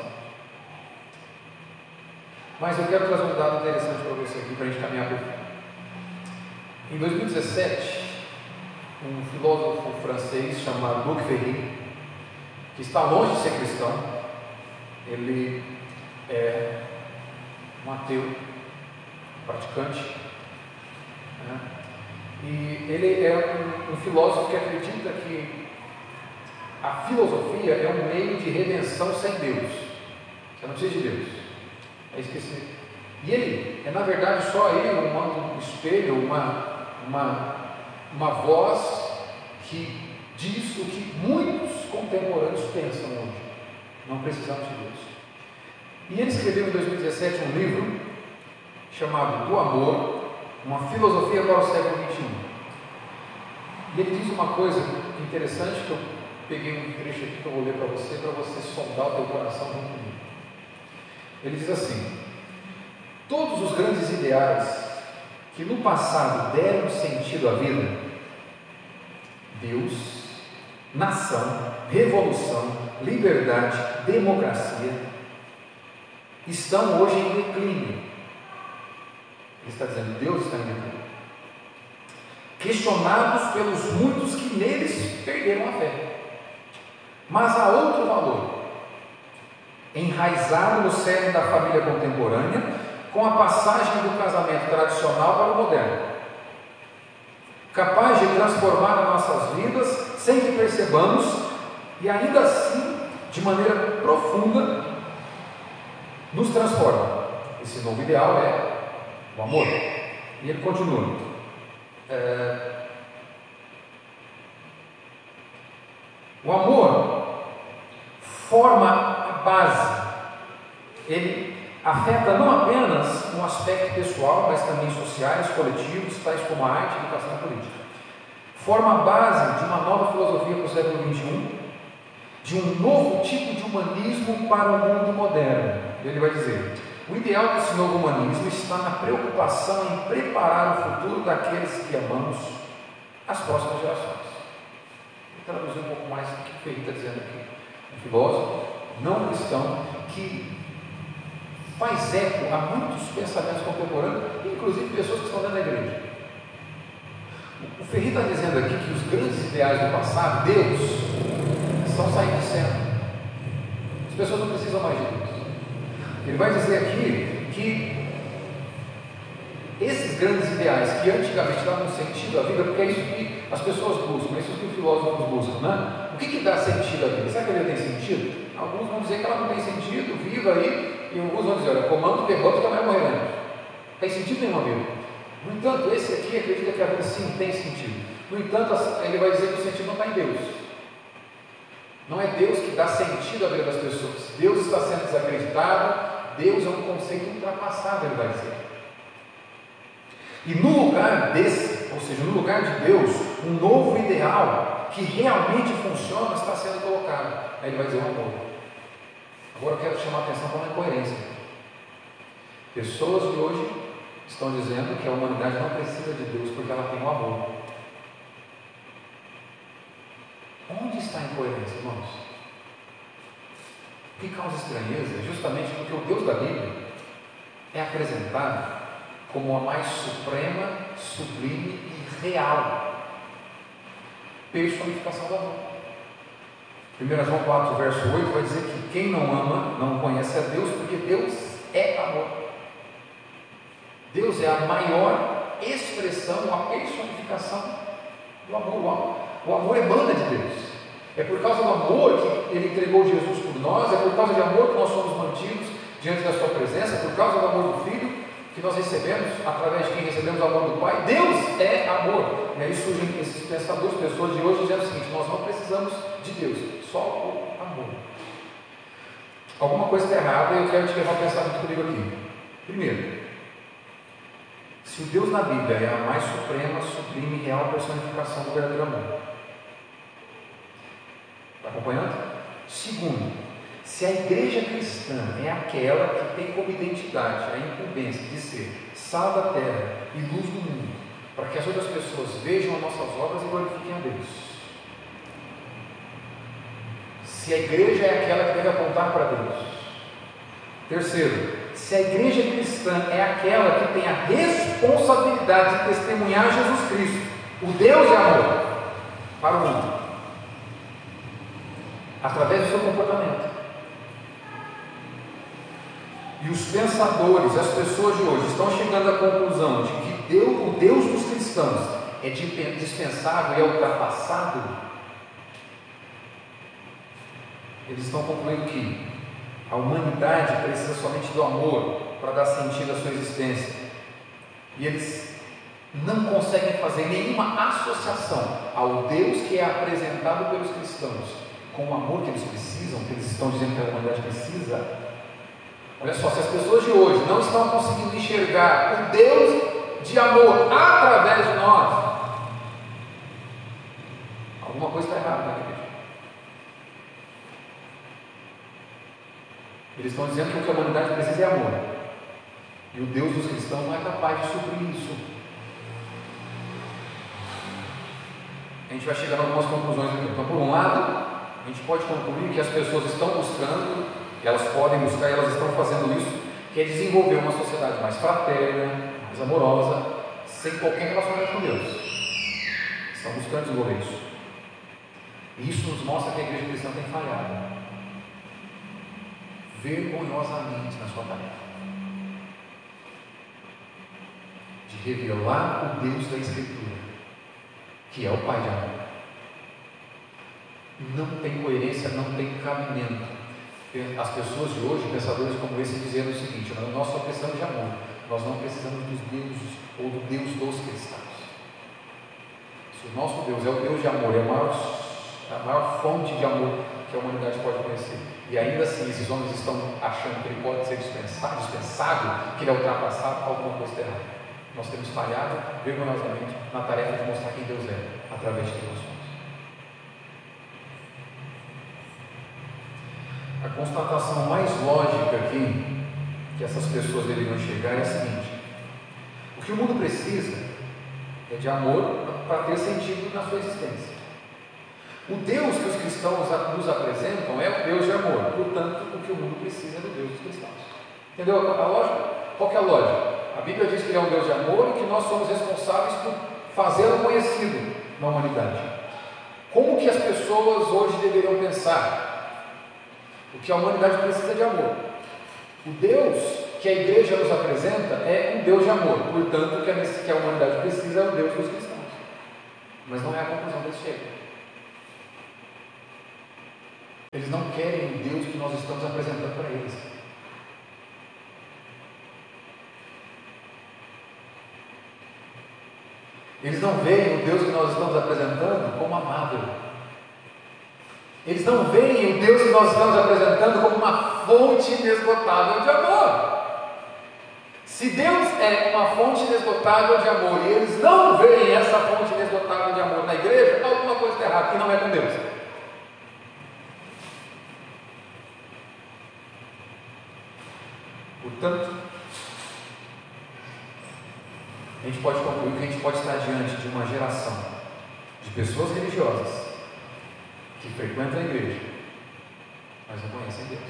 A: Mas eu quero trazer um dado interessante para você aqui, para a gente caminhar por fim. Em dois mil e dezessete, um filósofo francês chamado Luc Ferry, que está longe de ser cristão, ele é um ateu, praticante, né? E ele é um, um filósofo que acredita que a filosofia é um meio de redenção sem Deus. Você não precisa de Deus. É esquecer. E ele é, na verdade, só ele, um, um espelho, uma, uma, uma voz que diz o que muitos contemporâneos pensam hoje. Não precisamos de Deus. E ele escreveu em dois mil e dezessete um livro chamado Do Amor, uma filosofia para o século vinte e um. E ele diz uma coisa interessante que eu peguei um trecho aqui que eu vou ler para você, para você sondar o teu coração junto comigo. Ele diz assim: todos os grandes ideais que no passado deram sentido à vida, Deus, nação, revolução, liberdade, democracia, estão hoje em declínio. Ele está dizendo, Deus está em declínio. Questionados pelos muitos que neles perderam a fé. Mas há outro valor, enraizado no cerne da família contemporânea, com a passagem do casamento tradicional para o moderno, capaz de transformar as nossas vidas sem que percebamos, e ainda assim, de maneira profunda, nos transforma. Esse novo ideal é o amor. E ele continua. É... O amor forma a base. Ele afeta não apenas no aspecto pessoal, mas também sociais, coletivos, tais como a arte, a educação e a política. Forma a base de uma nova filosofia para o século vinte e um, de um novo tipo de humanismo para o mundo moderno. Ele vai dizer: o ideal desse novo humanismo está na preocupação em preparar o futuro daqueles que amamos, as próximas gerações. Vou traduzir um pouco mais o que o Ferry está dizendo aqui. Um filósofo não cristão que faz eco a muitos pensamentos contemporâneos, inclusive pessoas que estão dentro da igreja. O Ferry está dizendo aqui que os grandes ideais do passado, Deus, estão saindo de cena. As pessoas não precisam mais de Deus. Ele vai dizer aqui que esses grandes ideais que antigamente davam sentido à vida, porque é isso que as pessoas buscam, é isso que os filósofos buscam, né? O que, que dá sentido à vida? Será que a vida tem sentido? Alguns vão dizer que ela não tem sentido, viva aí, e alguns vão dizer, olha, comando derrota também é morrer. Não tem sentido nenhum a vida. No entanto, esse aqui acredita que a vida sim tem sentido. No entanto, ele vai dizer que o sentido não está em Deus. Não é Deus que dá sentido à vida das pessoas. Deus está sendo desacreditado. Deus é um conceito ultrapassado, ele vai dizer. E no lugar desse, ou seja, no lugar de Deus, um novo ideal que realmente funciona está sendo colocado. Aí ele vai dizer o amor. Agora eu quero chamar a atenção para uma incoerência. Pessoas de hoje estão dizendo que a humanidade não precisa de Deus porque ela tem o amor. Onde está a incoerência, irmãos? O que causa estranheza é justamente porque o Deus da Bíblia é apresentado como a mais suprema, sublime e real personificação do amor. primeiro João quatro, verso oito, vai dizer que quem não ama não conhece a Deus, porque Deus é amor. Deus é a maior expressão, a personificação do amor. O amor, o amor emana de Deus. É por causa do amor que Ele entregou Jesus por nós, é por causa de amor que nós somos mantidos diante da Sua presença, é por causa do amor do Filho que nós recebemos, através de quem recebemos o amor do Pai. Deus é amor. E aí surgem esses pensadores, pessoas de hoje, dizendo o seguinte: nós não precisamos de Deus, só o amor. Alguma coisa está errada e eu quero te levar a pensar muito comigo aqui. Primeiro, se o Deus na Bíblia é a mais suprema, sublime e real personificação do verdadeiro amor, está acompanhando? Segundo, se a igreja cristã é aquela que tem como identidade a incumbência de ser sal da terra e luz do mundo, para que as outras pessoas vejam as nossas obras e glorifiquem a Deus. Se a igreja é aquela que deve apontar para Deus. Terceiro, se a igreja cristã é aquela que tem a responsabilidade de testemunhar Jesus Cristo, o Deus de amor, para o mundo, através do seu comportamento. E os pensadores, as pessoas de hoje, estão chegando à conclusão de que Deus, o Deus dos cristãos é dispensável e é ultrapassado. Eles estão concluindo que a humanidade precisa somente do amor para dar sentido à sua existência. E eles não conseguem fazer nenhuma associação ao Deus que é apresentado pelos cristãos com o amor que eles precisam, que eles estão dizendo que a humanidade precisa. Olha só, se as pessoas de hoje não estão conseguindo enxergar o Deus de amor através de nós, alguma coisa está errada na igreja. Eles estão dizendo que o que a humanidade precisa é amor, e o Deus dos cristãos não é capaz de suprir isso. A gente vai chegando a algumas conclusões aqui. Então, por um lado, a gente pode concluir que as pessoas estão buscando, elas podem buscar, elas estão fazendo isso, que é desenvolver uma sociedade mais fraterna, mais amorosa, sem qualquer relacionamento com Deus. Estão buscando desenvolver isso. E isso nos mostra que a igreja cristã tem falhado vergonhosamente na sua tarefa de revelar o Deus da Escritura, que é o Pai de amor. Não tem coerência, não tem cabimento as pessoas de hoje, pensadores como esse, dizendo o seguinte: nós só precisamos de amor, nós não precisamos dos deuses ou do Deus dos cristãos. Se o nosso Deus é o Deus de amor, é a maior, a maior fonte de amor que a humanidade pode conhecer, e ainda assim esses homens estão achando que ele pode ser dispensado, dispensado, que ele é ultrapassado, alguma coisa está errada. Nós temos falhado vergonhosamente na tarefa de mostrar quem Deus é, através de quem nós somos. A constatação mais lógica aqui, que essas pessoas deveriam chegar, é a seguinte: o que o mundo precisa é de amor para ter sentido na sua existência. O Deus que os cristãos nos apresentam é o Deus de amor, portanto, o que o mundo precisa é do Deus dos cristãos. Entendeu a lógica? Qual que é a lógica? A Bíblia diz que Ele é um Deus de amor e que nós somos responsáveis por fazê-lo conhecido na humanidade. Como que as pessoas hoje deveriam pensar? O que a humanidade precisa de amor. O Deus que a igreja nos apresenta é um Deus de amor, portanto, o que a humanidade precisa é o Deus dos cristãos. Mas não é a conclusão que eles chegam. Eles não querem o Deus que nós estamos apresentando para eles. Eles não veem o Deus que nós estamos apresentando como amável. Eles não veem o Deus que nós estamos apresentando como uma fonte inesgotável de amor. Se Deus é uma fonte inesgotável de amor e eles não veem essa fonte inesgotável de amor na igreja, alguma coisa está errada, que não é com Deus. Portanto, a gente pode concluir que a gente pode estar diante de uma geração de pessoas religiosas que frequentam a igreja, mas não conhecem Deus.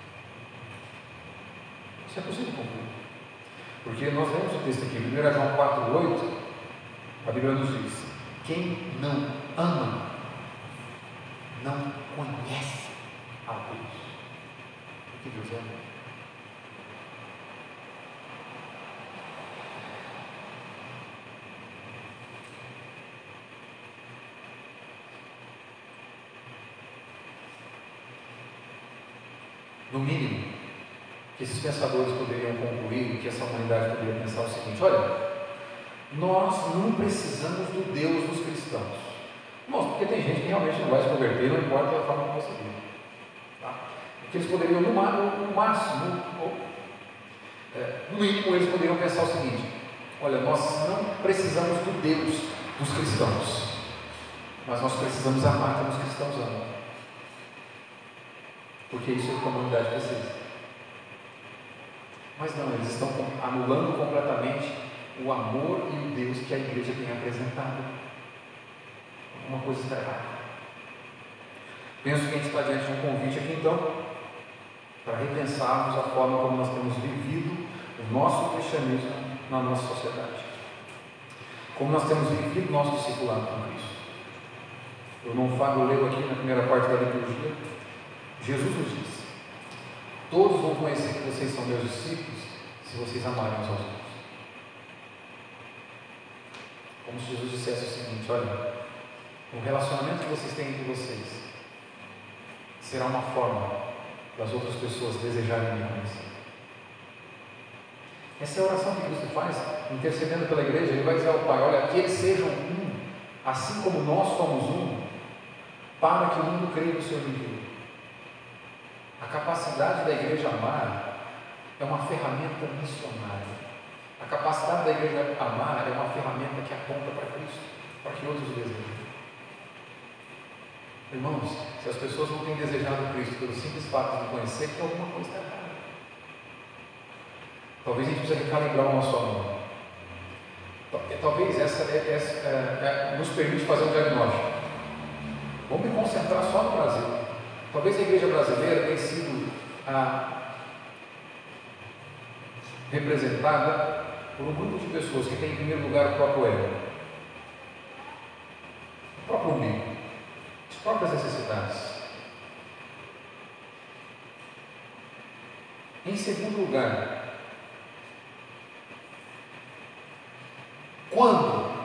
A: Isso é possível concluir. Porque nós lemos o texto aqui, primeiro João quatro, oito, a Bíblia nos diz: quem não ama, não conhece a Deus. O que Deus ama? No mínimo, que esses pensadores poderiam concluir, que essa humanidade poderia pensar o seguinte: olha, nós não precisamos do Deus dos cristãos. Não, porque tem gente que realmente não vai se converter, não importa a forma como você vive. Tá? Porque eles poderiam, no, no máximo, ou, é, no mínimo, eles poderiam pensar o seguinte: olha, nós não precisamos do Deus dos cristãos, mas nós precisamos amar como os cristãos amam. Porque isso é o que a humanidade precisa. Mas não, eles estão anulando completamente o amor e o Deus que a igreja tem apresentado. Uma coisa está errada. Penso que a gente está diante de um convite aqui então, para repensarmos a forma como nós temos vivido o nosso cristianismo na nossa sociedade. Como nós temos vivido o nosso discipulado com Cristo. Eu não falo, eu leio aqui na primeira parte da liturgia. Jesus nos diz: todos vão conhecer que vocês são meus discípulos se vocês amarem uns aos outros. Como se Jesus dissesse o seguinte: olha, o relacionamento que vocês têm entre vocês será uma forma das outras pessoas desejarem me conhecer. Essa é a oração que Cristo faz, intercedendo pela igreja. Ele vai dizer ao Pai: olha, que eles sejam um, assim como nós somos um, para que o mundo creia no Seu envio. A capacidade da igreja amar é uma ferramenta missionária. A capacidade da igreja amar é uma ferramenta que aponta para Cristo, para que outros o desejem. Irmãos, se as pessoas não têm desejado Cristo pelo simples fato de conhecer, tem alguma coisa errada. Talvez a gente precise recalibrar o nosso amor. Talvez essa, essa é, é, nos permite fazer um diagnóstico. Vamos me concentrar só no Brasil. Talvez a igreja brasileira tenha sido ah, representada por um grupo de pessoas que tem em primeiro lugar o próprio ego, o próprio umbigo, as próprias necessidades. Em segundo lugar, quando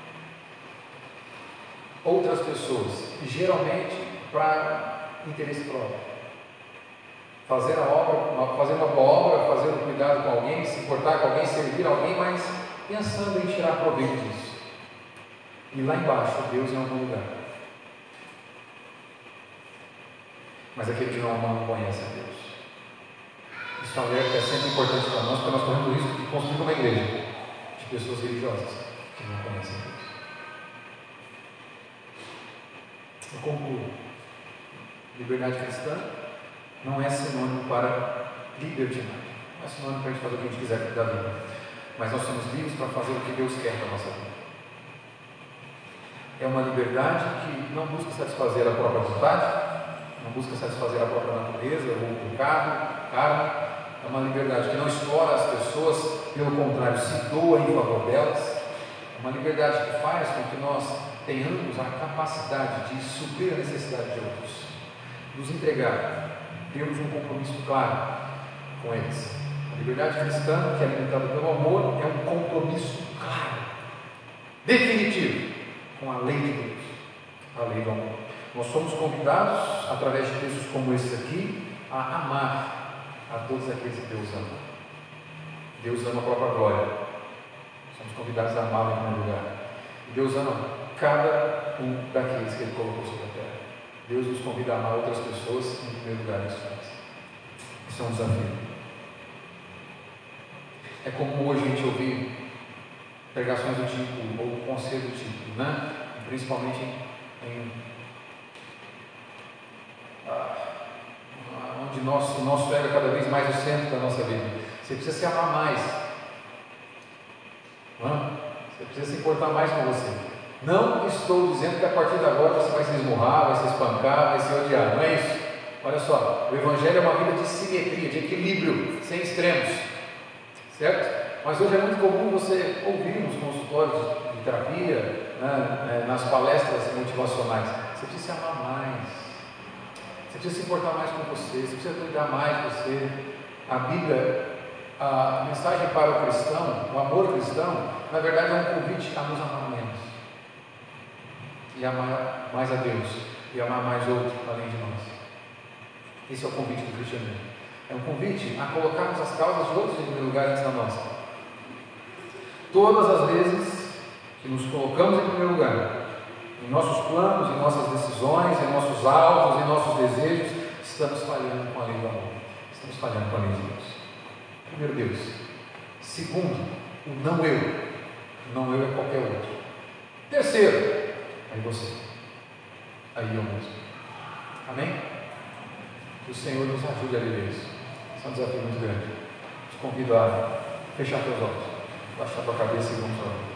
A: outras pessoas, geralmente para interesse próprio, fazer a obra, fazer uma boa obra, fazer um cuidado com alguém, se importar com alguém, servir alguém, mas pensando em tirar proveito disso. E lá embaixo, Deus em algum lugar. Mas aquele que não ama não conhece a Deus. Isso alerta é sempre importante para nós, porque nós corremos o risco de construir uma igreja de pessoas religiosas que não conhecem a Deus. Eu concluo. Liberdade cristã não é sinônimo para libertinagem, não é sinônimo para a gente fazer o que a gente quiser da vida, mas nós somos livres para fazer o que Deus quer para a nossa vida. É uma liberdade que não busca satisfazer a própria vontade, não busca satisfazer a própria natureza ou o pecado, carne. É uma liberdade que não explora as pessoas, pelo contrário, se doa em favor delas. É uma liberdade que faz com que nós tenhamos a capacidade de suprir a necessidade de outros, nos entregar, temos um compromisso claro com eles. A liberdade cristã, que é alimentada pelo amor, é um compromisso claro, definitivo, com a lei de Deus, a lei do amor. Nós somos convidados, através de textos como esse aqui, a amar a todos aqueles que Deus ama. Deus ama a própria glória. Somos convidados a amá-lo em primeiro lugar. E Deus ama cada um daqueles que Ele colocou sobre a terra. Deus nos convida a amar outras pessoas em primeiro lugar. Isso faz. Isso é um desafio. É como hoje a gente ouvir pregações do tipo, ou conselho do tipo, né? Principalmente em, em ah, onde nosso, o nosso ego é cada vez mais o centro da nossa vida. Você precisa se amar mais. Não é? Você precisa se importar mais com você. Não estou dizendo que a partir de agora você vai se esmurrar, vai se espancar, vai se odiar. Não é isso. Olha só, o Evangelho é uma vida de simetria, de equilíbrio, sem extremos. Certo? Mas hoje é muito comum você ouvir nos consultórios de terapia, né, nas palestras motivacionais. Você precisa se amar mais. Você precisa se importar mais com você. Você precisa cuidar mais de você. A Bíblia, a mensagem para o cristão, o amor cristão, na verdade é um convite a nos amar menos. E amar mais a Deus. E amar mais outro além de nós. Esse é o convite do cristianismo. É um convite a colocarmos as causas de outros em primeiro lugar antes da nossa. Todas as vezes que nos colocamos em primeiro lugar, em nossos planos, em nossas decisões, em nossos alvos, em nossos desejos, estamos falhando com a lei do amor. Estamos falhando com a lei de Deus. Primeiro, Deus. Segundo, o não eu. O não eu é qualquer outro. Terceiro, aí você. Aí eu mesmo. Amém? Que o Senhor nos ajude a viver isso. Isso é um desafio muito grande. Te convido a fechar teus olhos, baixar tua cabeça e vamos orar.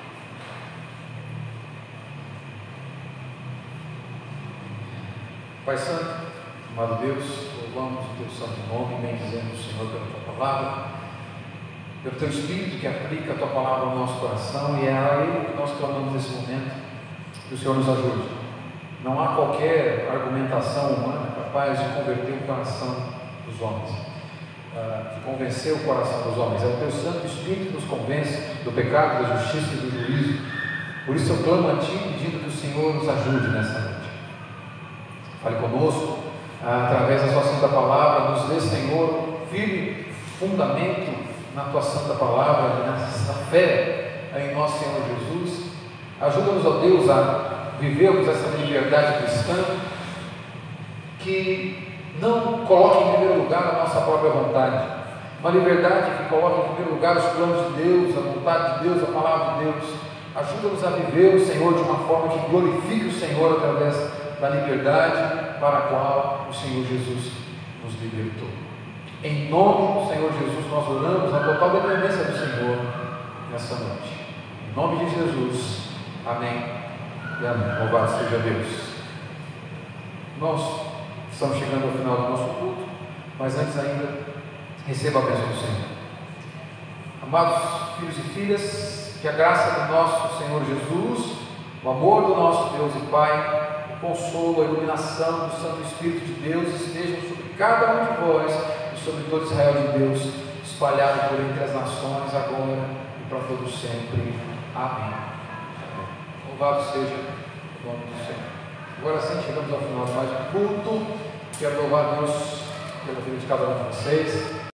A: Pai Santo, amado Deus, louvamos o teu santo nome, bendizemos o Senhor pela tua palavra, pelo teu Espírito que aplica a tua palavra ao nosso coração, e é a Ele que nós clamamos nesse momento, que o Senhor nos ajude. Não há qualquer argumentação humana capaz de converter o coração dos homens, de convencer o coração dos homens. É o teu Santo Espírito que nos convence do pecado, da justiça e do juízo. Por isso eu clamo a Ti, pedindo que o Senhor nos ajude nessa noite. Fale conosco, através da Sua Santa Palavra, nos dê, Senhor, firme fundamento na Tua Santa Palavra, nessa fé em nosso Senhor Jesus. Ajuda-nos, ó Deus, a vivermos essa liberdade cristã, que não coloque em primeiro lugar a nossa própria vontade, uma liberdade que coloque em primeiro lugar os planos de Deus, a vontade de Deus, a palavra de Deus. Ajuda-nos a viver o Senhor de uma forma que glorifique o Senhor através da liberdade para a qual o Senhor Jesus nos libertou. Em nome do Senhor Jesus nós oramos na total dependência do Senhor nessa noite. Em nome de Jesus, amém. E amém. Louvado seja Deus. Nós estamos chegando ao final do nosso culto, mas antes ainda, receba a bênção do Senhor. Amados filhos e filhas, que a graça do nosso Senhor Jesus, o amor do nosso Deus e Pai, o consolo, a iluminação do Santo Espírito de Deus estejam sobre cada um de vós e sobre todo Israel de Deus, espalhado por entre as nações, agora e para todo sempre. Amém. Louvado seja o nome do Senhor. Agora sim, chegamos ao final de mais um culto. Quero louvar a Deus pela vida de cada um de vocês.